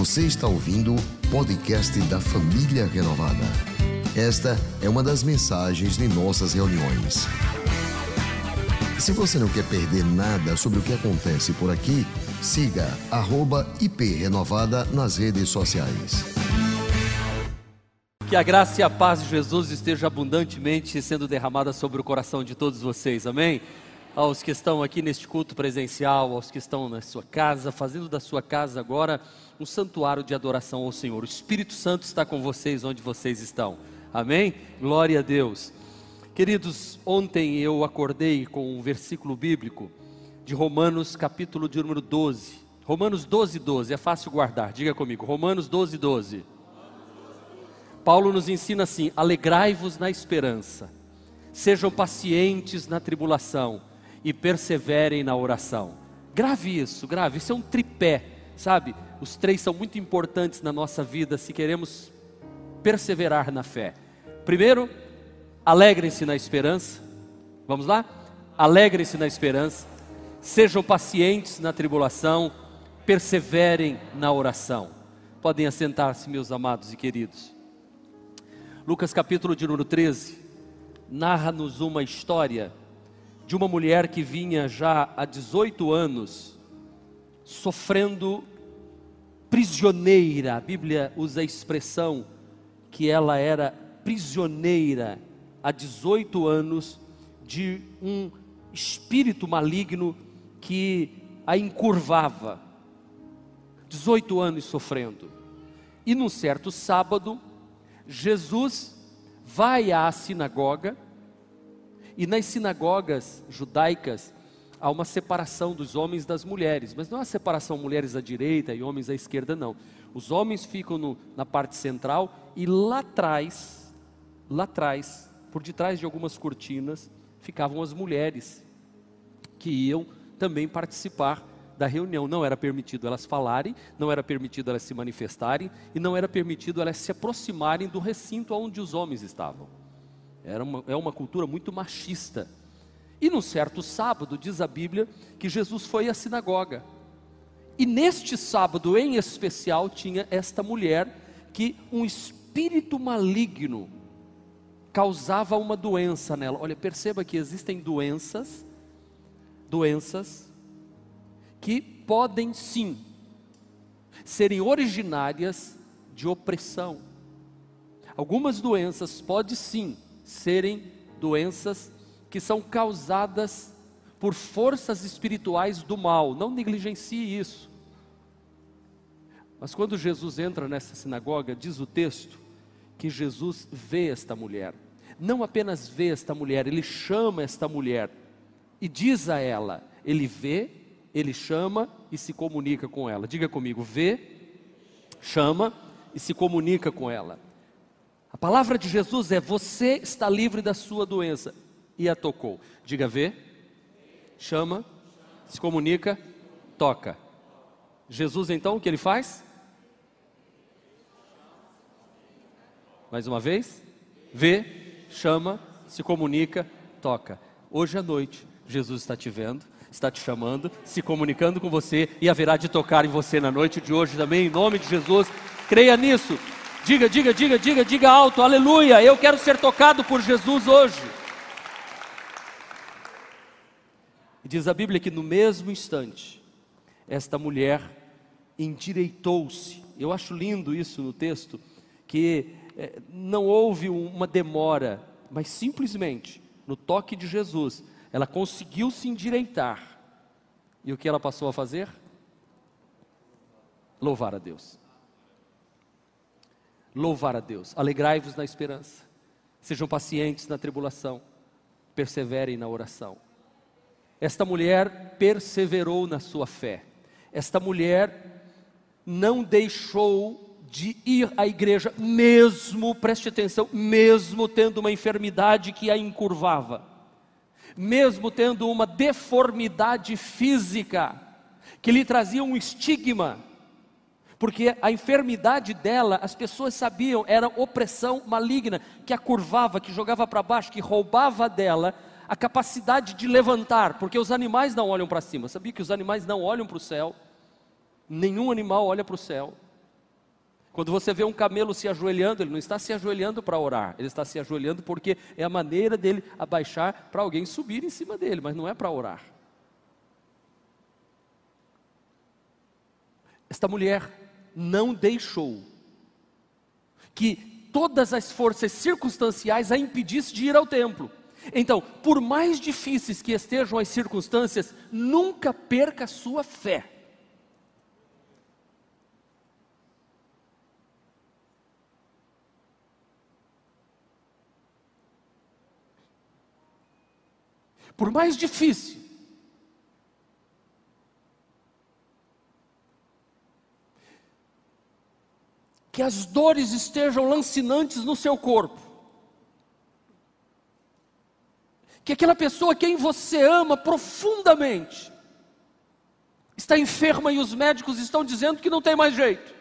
Você está ouvindo o podcast da Família Renovada. Esta é uma das mensagens de nossas reuniões. Se você não quer perder nada sobre o que acontece por aqui, siga @IPRenovada nas redes sociais. Que a graça e a paz de Jesus esteja abundantemente sendo derramada sobre o coração de todos vocês, amém? Aos que estão aqui neste culto presencial, aos que estão na sua casa, fazendo da sua casa agora um santuário de adoração ao Senhor. O Espírito Santo está com vocês onde vocês estão, amém? Glória a Deus. Queridos, ontem eu acordei com um versículo bíblico de Romanos capítulo de número 12. Romanos 12:12, é fácil guardar, diga comigo, Romanos 12:12. Paulo nos ensina assim: alegrai-vos na esperança, sejam pacientes na tribulação e perseverem na oração. Grave isso, isso é um tripé, sabe? Os três são muito importantes na nossa vida se queremos perseverar na fé. Primeiro, alegrem-se na esperança. Vamos lá? Alegrem-se na esperança, sejam pacientes na tribulação, perseverem na oração. Podem assentar-se, meus amados e queridos. Lucas capítulo de número 13 narra-nos uma história de uma mulher que vinha já há 18 anos sofrendo prisioneira. A Bíblia usa a expressão que ela era prisioneira há 18 anos de um espírito maligno que a encurvava. 18 anos sofrendo. E num certo sábado, Jesus vai à sinagoga, e nas sinagogas judaicas há uma separação dos homens das mulheres, mas não é uma separação mulheres à direita e homens à esquerda, não. Os homens ficam na parte central e lá atrás, por detrás de algumas cortinas, ficavam as mulheres que iam também participar da reunião. Não era permitido elas falarem, não era permitido elas se manifestarem e não era permitido elas se aproximarem do recinto onde os homens estavam. É uma cultura muito machista. E num certo sábado, diz a Bíblia, que Jesus foi à sinagoga. E neste sábado em especial tinha esta mulher que um espírito maligno causava uma doença nela. Olha, perceba que existem doenças que podem sim serem originárias de opressão. Algumas doenças podem sim serem doenças que são causadas por forças espirituais do mal. Não negligencie isso. Mas quando Jesus entra nessa sinagoga, diz o texto que Jesus vê esta mulher. Não apenas vê esta mulher, ele chama esta mulher e diz a ela, ele vê, ele chama e se comunica com ela. Diga comigo, vê, chama e se comunica com ela. A palavra de Jesus é: você está livre da sua doença. E a tocou. Diga, vê, chama, se comunica, toca. Jesus então, o que ele faz? Mais uma vez, vê, chama, se comunica, toca. Hoje à noite, Jesus está te vendo, está te chamando, se comunicando com você e haverá de tocar em você na noite de hoje também, em nome de Jesus. Creia nisso. Diga alto, aleluia, eu quero ser tocado por Jesus hoje. E diz a Bíblia que no mesmo instante, esta mulher endireitou-se. Eu acho lindo isso no texto, que não houve uma demora, mas simplesmente, no toque de Jesus, ela conseguiu se endireitar. E o que ela passou a fazer? Louvar a Deus. Louvar a Deus. Alegrai-vos na esperança, sejam pacientes na tribulação, perseverem na oração. Esta mulher perseverou na sua fé. Esta mulher não deixou de ir à igreja, mesmo, preste atenção, mesmo tendo uma enfermidade que a encurvava, mesmo tendo uma deformidade física que lhe trazia um estigma. Porque a enfermidade dela, as pessoas sabiam, era opressão maligna, que a curvava, que jogava para baixo, que roubava dela a capacidade de levantar, porque os animais não olham para cima. Sabia que os animais não olham para o céu? Nenhum animal olha para o céu. Quando você vê um camelo se ajoelhando, ele não está se ajoelhando para orar, ele está se ajoelhando porque é a maneira dele abaixar para alguém subir em cima dele, mas não é para orar. Esta mulher não deixou que todas as forças circunstanciais a impedissem de ir ao templo. Então, por mais difíceis que estejam as circunstâncias, nunca perca a sua fé. Por mais difícil, que as dores estejam lancinantes no seu corpo, que aquela pessoa quem você ama profundamente está enferma e os médicos estão dizendo que não tem mais jeito,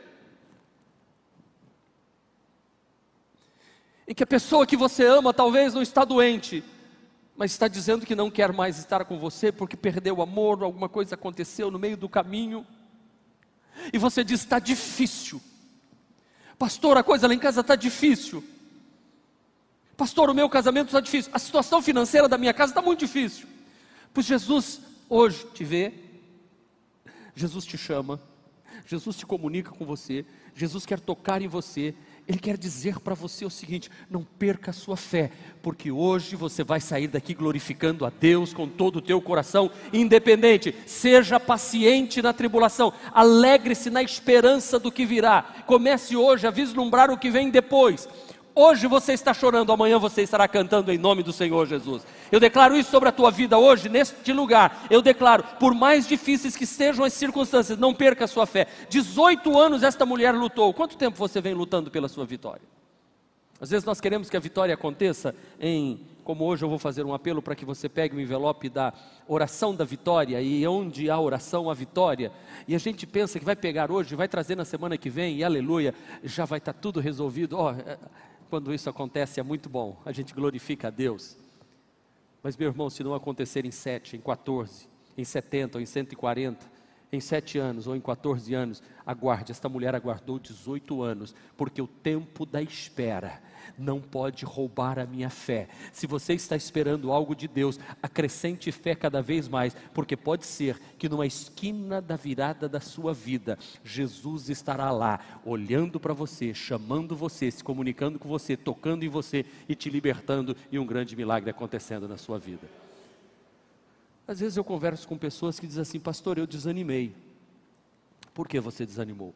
e que a pessoa que você ama talvez não está doente, mas está dizendo que não quer mais estar com você porque perdeu o amor, alguma coisa aconteceu no meio do caminho, e você diz: está difícil. Pastor, a coisa lá em casa está difícil. Pastor, o meu casamento está difícil. A situação financeira da minha casa está muito difícil. Pois Jesus hoje te vê, Jesus te chama, Jesus te comunica com você, Jesus quer tocar em você. Ele quer dizer para você o seguinte: não perca a sua fé, porque hoje você vai sair daqui glorificando a Deus com todo o teu coração, independente. Seja paciente na tribulação, alegre-se na esperança do que virá. Comece hoje a vislumbrar o que vem depois. Hoje você está chorando, amanhã você estará cantando em nome do Senhor Jesus. Eu declaro isso sobre a tua vida hoje, neste lugar. Eu declaro, por mais difíceis que sejam as circunstâncias, não perca a sua fé. 18 anos esta mulher lutou. Quanto tempo você vem lutando pela sua vitória? Às vezes nós queremos que a vitória aconteça como hoje eu vou fazer um apelo para que você pegue o envelope da oração da vitória, e onde há oração, há vitória, e a gente pensa que vai pegar hoje, vai trazer na semana que vem, e aleluia, já vai estar tudo resolvido. Quando isso acontece é muito bom, a gente glorifica a Deus. Mas meu irmão, se não acontecer em 7, em 14, em 70 ou em 140, em 7 anos ou em 14 anos, aguarde. Esta mulher aguardou 18 anos, porque o tempo da espera não pode roubar a minha fé. Se você está esperando algo de Deus, acrescente fé cada vez mais, porque pode ser que numa esquina da virada da sua vida, Jesus estará lá, olhando para você, chamando você, se comunicando com você, tocando em você e te libertando, e um grande milagre acontecendo na sua vida. Às vezes eu converso com pessoas que dizem assim: pastor, eu desanimei. Por que você desanimou?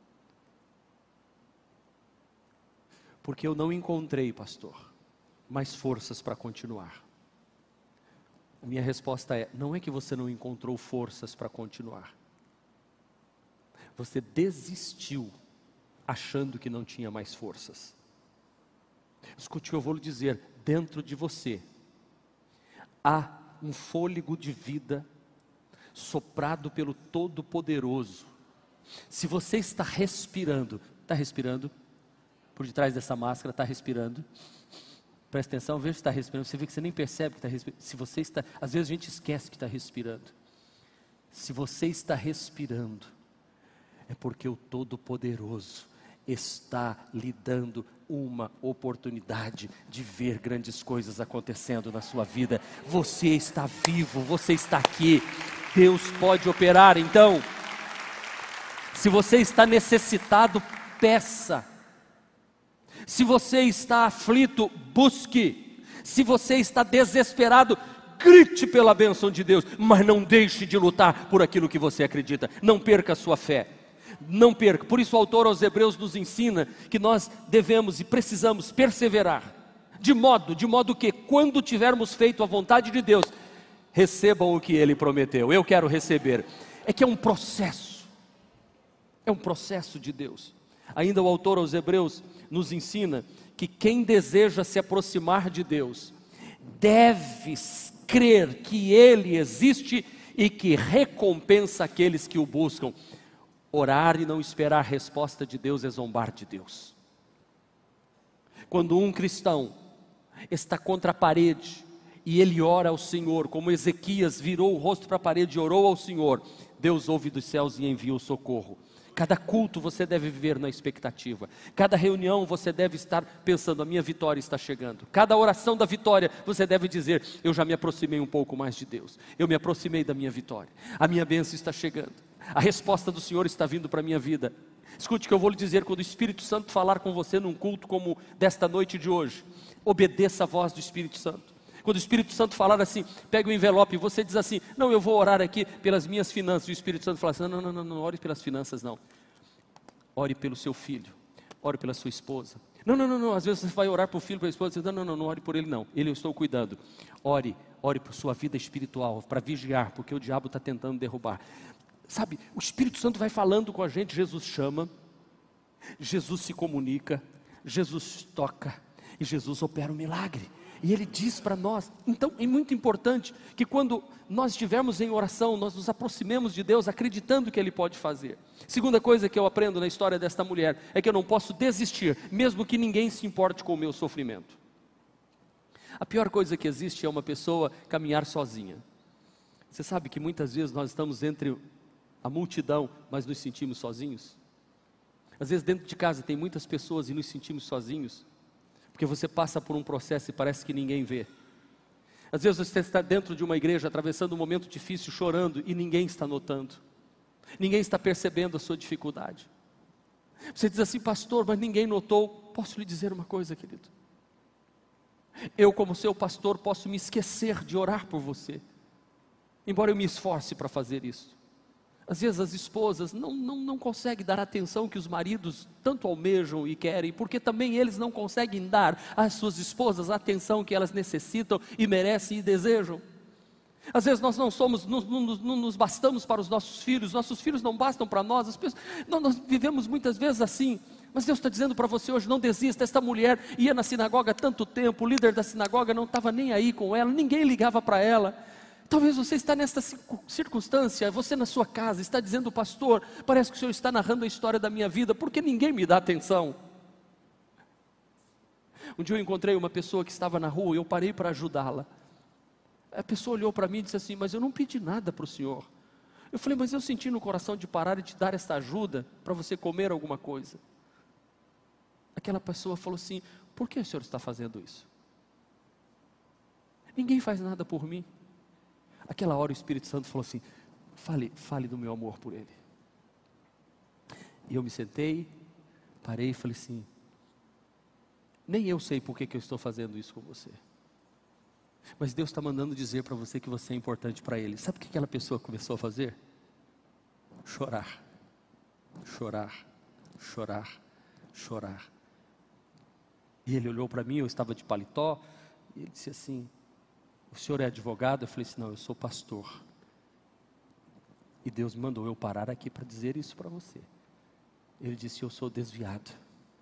Porque eu não encontrei, pastor, mais forças para continuar. A minha resposta é: não é que você não encontrou forças para continuar. Você desistiu achando que não tinha mais forças. Escute o que eu vou lhe dizer: dentro de você há um fôlego de vida soprado pelo Todo-Poderoso. Se você está respirando, por detrás dessa máscara, está respirando, presta atenção, veja se está respirando, você vê que você nem percebe que está respirando. Se você está, às vezes a gente esquece que está respirando. Se você está respirando, é porque o Todo-Poderoso está lhe dando uma oportunidade de ver grandes coisas acontecendo na sua vida. Você está vivo, você está aqui, Deus pode operar. Então, se você está necessitado, peça. Se você está aflito, busque. Se você está desesperado, grite pela bênção de Deus, mas não deixe de lutar por aquilo que você acredita. Não perca a sua fé. Não perca. Por isso o autor aos Hebreus nos ensina que nós devemos e precisamos perseverar, de modo que quando tivermos feito a vontade de Deus, recebam o que Ele prometeu. Eu quero receber. É que é um processo de Deus. Ainda o autor aos Hebreus nos ensina que quem deseja se aproximar de Deus deve crer que Ele existe e que recompensa aqueles que o buscam. Orar e não esperar a resposta de Deus é zombar de Deus. Quando um cristão está contra a parede e ele ora ao Senhor, como Ezequias virou o rosto para a parede e orou ao Senhor, Deus ouve dos céus e envia o socorro. Cada culto você deve viver na expectativa. Cada reunião você deve estar pensando, a minha vitória está chegando. Cada oração da vitória você deve dizer, eu já me aproximei um pouco mais de Deus. Eu me aproximei da minha vitória. A minha bênção está chegando. A resposta do Senhor está vindo para a minha vida. Escute o que eu vou lhe dizer, quando o Espírito Santo falar com você num culto como desta noite de hoje, obedeça a voz do Espírito Santo. Quando o Espírito Santo falar assim, pega o envelope e você diz assim, não, eu vou orar aqui pelas minhas finanças. E o Espírito Santo fala assim, não ore pelas finanças não. Ore pelo seu filho, ore pela sua esposa. Não, às vezes você vai orar para o filho, para a esposa, você diz, não ore por ele não, ele eu estou cuidando. Ore por sua vida espiritual, para vigiar, porque o diabo está tentando derrubar. Sabe, o Espírito Santo vai falando com a gente, Jesus chama, Jesus se comunica, Jesus toca e Jesus opera um milagre. E Ele diz para nós, então é muito importante que quando nós estivermos em oração, nós nos aproximemos de Deus acreditando que Ele pode fazer. Segunda coisa que eu aprendo na história desta mulher, é que eu não posso desistir, mesmo que ninguém se importe com o meu sofrimento. A pior coisa que existe é uma pessoa caminhar sozinha. Você sabe que muitas vezes nós estamos entre a multidão, mas nos sentimos sozinhos? Às vezes dentro de casa tem muitas pessoas e nos sentimos sozinhos. Porque você passa por um processo e parece que ninguém vê. Às vezes você está dentro de uma igreja, atravessando um momento difícil, chorando, e ninguém está notando. Ninguém está percebendo a sua dificuldade. Você diz assim, pastor, mas ninguém notou. Posso lhe dizer uma coisa, querido? Eu, como seu pastor, posso me esquecer de orar por você. Embora eu me esforce para fazer isso. Às vezes as esposas não conseguem dar a atenção que os maridos tanto almejam e querem, porque também eles não conseguem dar às suas esposas a atenção que elas necessitam e merecem e desejam. Às vezes nós não nos bastamos para os nossos filhos não bastam para nós, nós vivemos muitas vezes assim. Mas Deus está dizendo para você hoje, não desista. Esta mulher ia na sinagoga há tanto tempo, o líder da sinagoga não estava nem aí com ela, ninguém ligava para ela. Talvez você está nesta circunstância, você na sua casa, está dizendo, pastor, parece que o senhor está narrando a história da minha vida, porque ninguém me dá atenção. Um dia eu encontrei uma pessoa que estava na rua, e eu parei para ajudá-la. A pessoa olhou para mim e disse assim, mas eu não pedi nada para o senhor. Eu falei, mas eu senti no coração de parar e te dar esta ajuda, para você comer alguma coisa. Aquela pessoa falou assim, por que o senhor está fazendo isso? Ninguém faz nada por mim. Aquela hora o Espírito Santo falou assim, fale do meu amor por ele. E eu me sentei, parei e falei assim, nem eu sei por que eu estou fazendo isso com você. Mas Deus está mandando dizer para você que você é importante para Ele. Sabe o que aquela pessoa começou a fazer? Chorar. E ele olhou para mim, eu estava de paletó, e ele disse assim, o senhor é advogado? Eu falei assim, não, eu sou pastor. E Deus mandou eu parar aqui para dizer isso para você. Ele disse, eu sou desviado.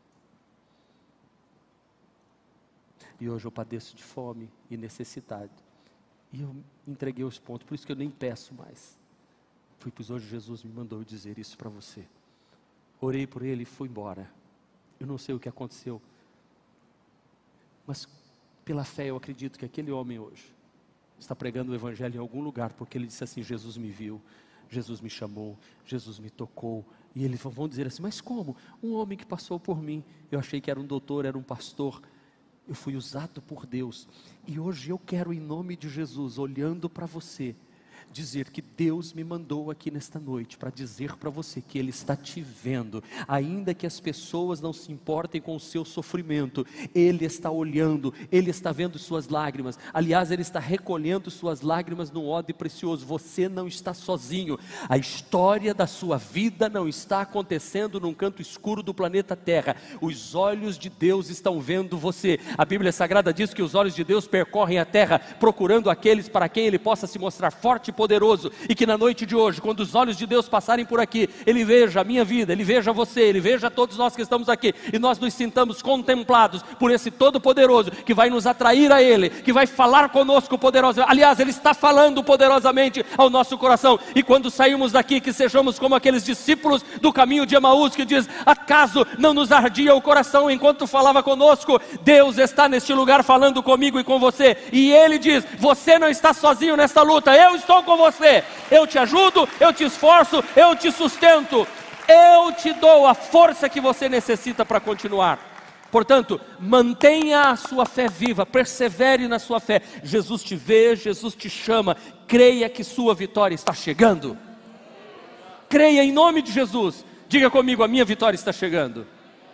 E hoje eu padeço de fome e necessidade. E eu entreguei os pontos, por isso que eu nem peço mais. Pois hoje Jesus me mandou dizer isso para você. Orei por ele e fui embora. Eu não sei o que aconteceu. Mas pela fé eu acredito que aquele homem hoje está pregando o Evangelho em algum lugar, porque ele disse assim, Jesus me viu, Jesus me chamou, Jesus me tocou. E eles vão dizer assim, mas como? Um homem que passou por mim, eu achei que era um doutor, era um pastor. Eu fui usado por Deus, e hoje eu quero, em nome de Jesus, olhando para você, dizer que Deus me mandou aqui nesta noite, para dizer para você que Ele está te vendo, ainda que as pessoas não se importem com o seu sofrimento, Ele está olhando, Ele está vendo suas lágrimas, aliás Ele está recolhendo suas lágrimas num odre precioso, você não está sozinho, a história da sua vida não está acontecendo num canto escuro do planeta Terra, os olhos de Deus estão vendo você, a Bíblia Sagrada diz que os olhos de Deus percorrem a terra, procurando aqueles para quem Ele possa se mostrar forte e poderoso, e que na noite de hoje, quando os olhos de Deus passarem por aqui, Ele veja a minha vida, Ele veja você, Ele veja todos nós que estamos aqui, e nós nos sintamos contemplados por esse Todo-Poderoso, que vai nos atrair a Ele, que vai falar conosco poderosamente, aliás, Ele está falando poderosamente ao nosso coração, e quando sairmos daqui, que sejamos como aqueles discípulos do caminho de Emaús, que diz, acaso não nos ardia o coração enquanto falava conosco? Deus está neste lugar falando comigo e com você, e Ele diz, você não está sozinho nesta luta, eu estou com você, eu te ajudo, eu te esforço, eu te sustento, eu te dou a força que você necessita para continuar. Portanto, mantenha a sua fé viva, persevere na sua fé. Jesus te vê, Jesus te chama, creia que sua vitória está chegando. Creia em nome de Jesus. Diga comigo, a minha vitória está chegando.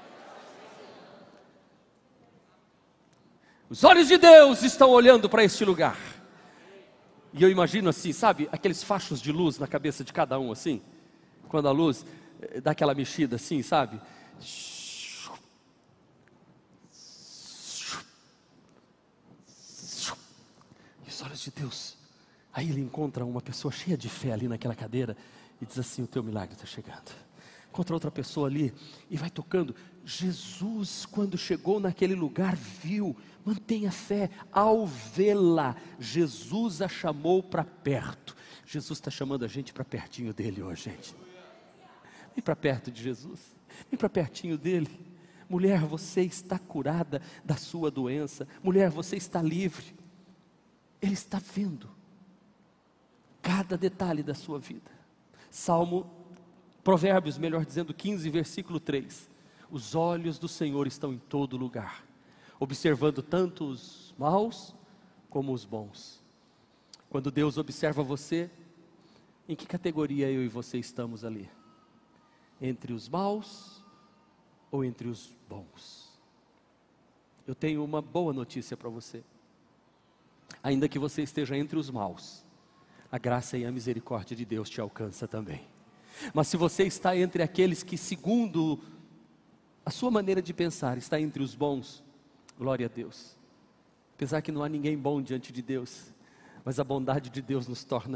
Os olhos de Deus estão olhando para este lugar. E eu imagino assim, sabe, aqueles fachos de luz na cabeça de cada um assim, quando a luz dá aquela mexida assim, sabe? E os olhos de Deus, aí ele encontra uma pessoa cheia de fé ali naquela cadeira e diz assim, o teu milagre está chegando. Encontra outra pessoa ali e vai tocando. Jesus, quando chegou naquele lugar, viu. Mantenha fé. Ao vê-la, Jesus a chamou para perto. Jesus está chamando a gente para pertinho dele hoje, gente. Vem para perto de Jesus. Vem para pertinho dele. Mulher, você está curada da sua doença. Mulher, você está livre. Ele está vendo cada detalhe da sua vida. Provérbios, melhor dizendo, 15, versículo 3. Os olhos do Senhor estão em todo lugar, observando tanto os maus como os bons. Quando Deus observa você, em que categoria eu e você estamos ali? Entre os maus ou entre os bons? Eu tenho uma boa notícia para você. Ainda que você esteja entre os maus, a graça e a misericórdia de Deus te alcança também. Mas se você está entre aqueles que, segundo a sua maneira de pensar, está entre os bons, glória a Deus. Apesar que não há ninguém bom diante de Deus, mas a bondade de Deus nos torna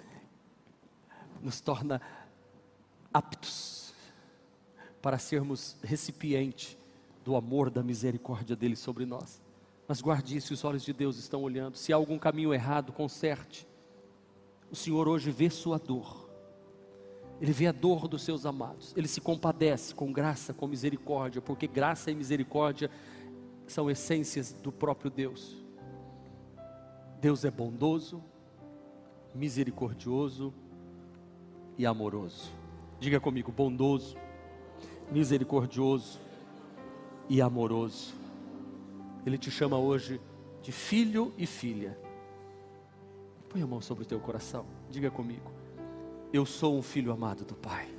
aptos para sermos recipiente do amor, da misericórdia dele sobre nós. Mas guarde isso, os olhos de Deus estão olhando. Se há algum caminho errado, conserte. O Senhor hoje vê sua dor. Ele vê a dor dos seus amados. Ele se compadece com graça, com misericórdia, porque graça e misericórdia são essências do próprio Deus. Deus é bondoso, misericordioso e amoroso. Diga comigo, bondoso, misericordioso e amoroso. Ele te chama hoje de filho e filha. Põe a mão sobre o teu coração, diga comigo. Eu sou um filho amado do Pai.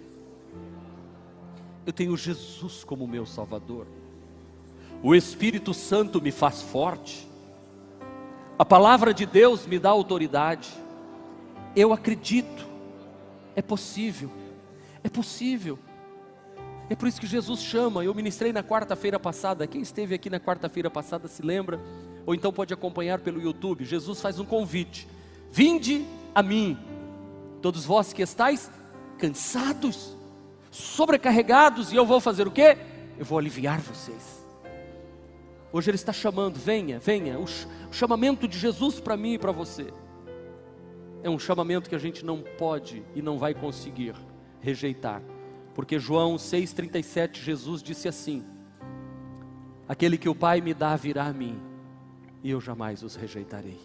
Eu tenho Jesus como meu Salvador. O Espírito Santo me faz forte. A palavra de Deus me dá autoridade. Eu acredito. É possível. É possível. É por isso que Jesus chama. Eu ministrei na quarta-feira passada. Quem esteve aqui na quarta-feira passada se lembra? Ou então pode acompanhar pelo YouTube. Jesus faz um convite. Vinde a mim, todos vós que estáis cansados, sobrecarregados, e eu vou fazer o quê? Eu vou aliviar vocês. Hoje Ele está chamando, venha, venha. O chamamento de Jesus para mim e para você é um chamamento que a gente não pode e não vai conseguir rejeitar, porque João 6,37, Jesus disse assim: aquele que o Pai me dá virá a mim, e eu jamais os rejeitarei.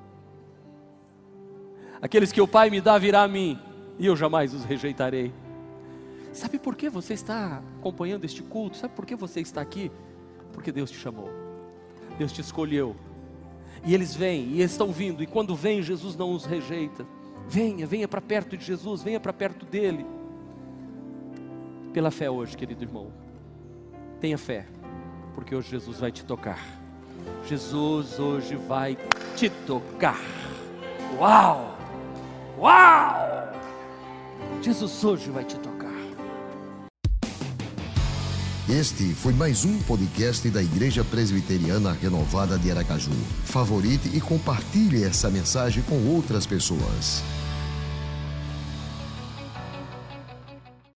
Aqueles que o Pai me dá virá a mim, e eu jamais os rejeitarei. Sabe por que você está acompanhando este culto? Sabe por que você está aqui? Porque Deus te chamou, Deus te escolheu. E eles vêm, e eles estão vindo, e quando vêm, Jesus não os rejeita. Venha, venha para perto de Jesus, venha para perto dEle. Pela fé hoje, querido irmão, tenha fé, porque hoje Jesus vai te tocar. Jesus hoje vai te tocar. Uau! Uau! Jesus hoje vai te tocar. Este foi mais um podcast da Igreja Presbiteriana Renovada de Aracaju. Favorite e compartilhe essa mensagem com outras pessoas.